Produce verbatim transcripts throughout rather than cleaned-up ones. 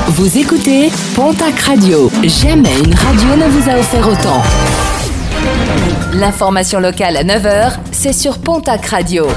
Vous écoutez Pontac Radio. Jamais une radio ne vous a offert autant. L'information locale à neuf heures, c'est sur Pontac Radio.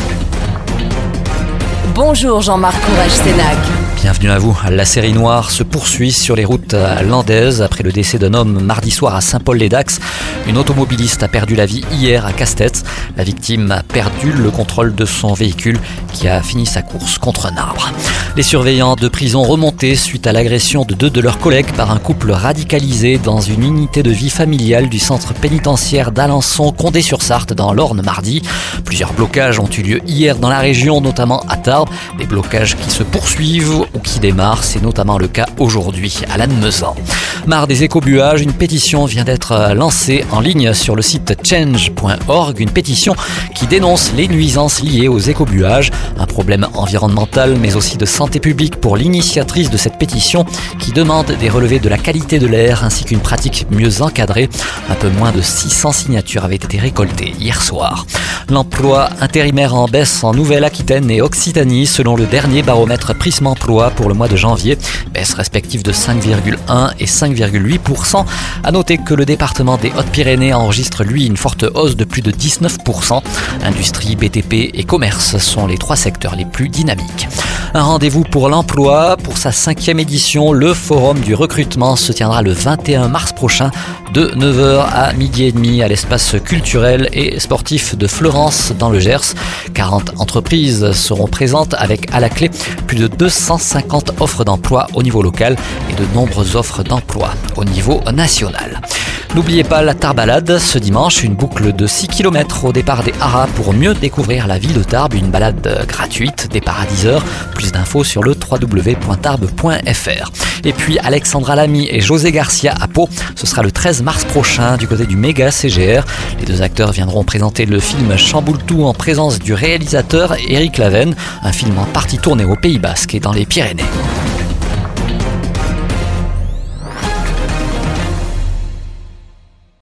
Bonjour Jean-Marc Courage-Sénac. Bienvenue à vous. La série noire se poursuit sur les routes landaises après le décès d'un homme mardi soir à Saint-Paul-les-Dax. Une automobiliste a perdu la vie hier à Castets. La victime a perdu le contrôle de son véhicule qui a fini sa course contre un arbre. Les surveillants de prison remontés suite à l'agression de deux de leurs collègues par un couple radicalisé dans une unité de vie familiale du centre pénitentiaire d'Alençon, Condé-sur-Sarthe, dans l'Orne mardi. Plusieurs blocages ont eu lieu hier dans la région, notamment à Tarbes. Des blocages qui se poursuivent ou qui démarrent, c'est notamment le cas aujourd'hui à Lannemezan. Marre des écobuages, une pétition vient d'être lancée en ligne sur le site change point org, une pétition qui dénonce les nuisances liées aux écobuages, un problème environnemental mais aussi de santé publique pour l'initiatrice de cette pétition qui demande des relevés de la qualité de l'air ainsi qu'une pratique mieux encadrée. Un peu moins de six cents signatures avaient été récoltées hier soir. L'emploi intérimaire en baisse en Nouvelle-Aquitaine et Occitanie selon le dernier baromètre Prism Emploi pour le mois de janvier, baisse respective de cinq virgule un et cinq virgule huit pour cent. À noter que le département des Hautes-Pyrénées enregistre lui une forte hausse de plus de dix-neuf pour cent. Industrie, B T P et commerce sont les trois secteurs les plus dynamiques. Un rendez-vous pour l'emploi. Pour sa cinquième édition, le forum du recrutement se tiendra le vingt et un mars prochain de neuf heures à midi et demi à l'espace culturel et sportif de Fleurance dans le Gers. quarante entreprises seront présentes avec à la clé plus de deux cent cinquante offres d'emploi au niveau local et de nombreuses offres d'emploi au niveau national. N'oubliez pas la Tarbalade ce dimanche, une boucle de six kilomètres au départ des Haras pour mieux découvrir la ville de Tarbes, une balade gratuite, départ à dix heures. Plus d'infos sur le w w w point tarbes point f r. Et puis Alexandra Lamy et José Garcia à Pau, ce sera le treize mars prochain du côté du méga C G R. Les deux acteurs viendront présenter le film Chamboule-tout en présence du réalisateur Éric Laven, un film en partie tourné au Pays Basque et dans les Pyrénées.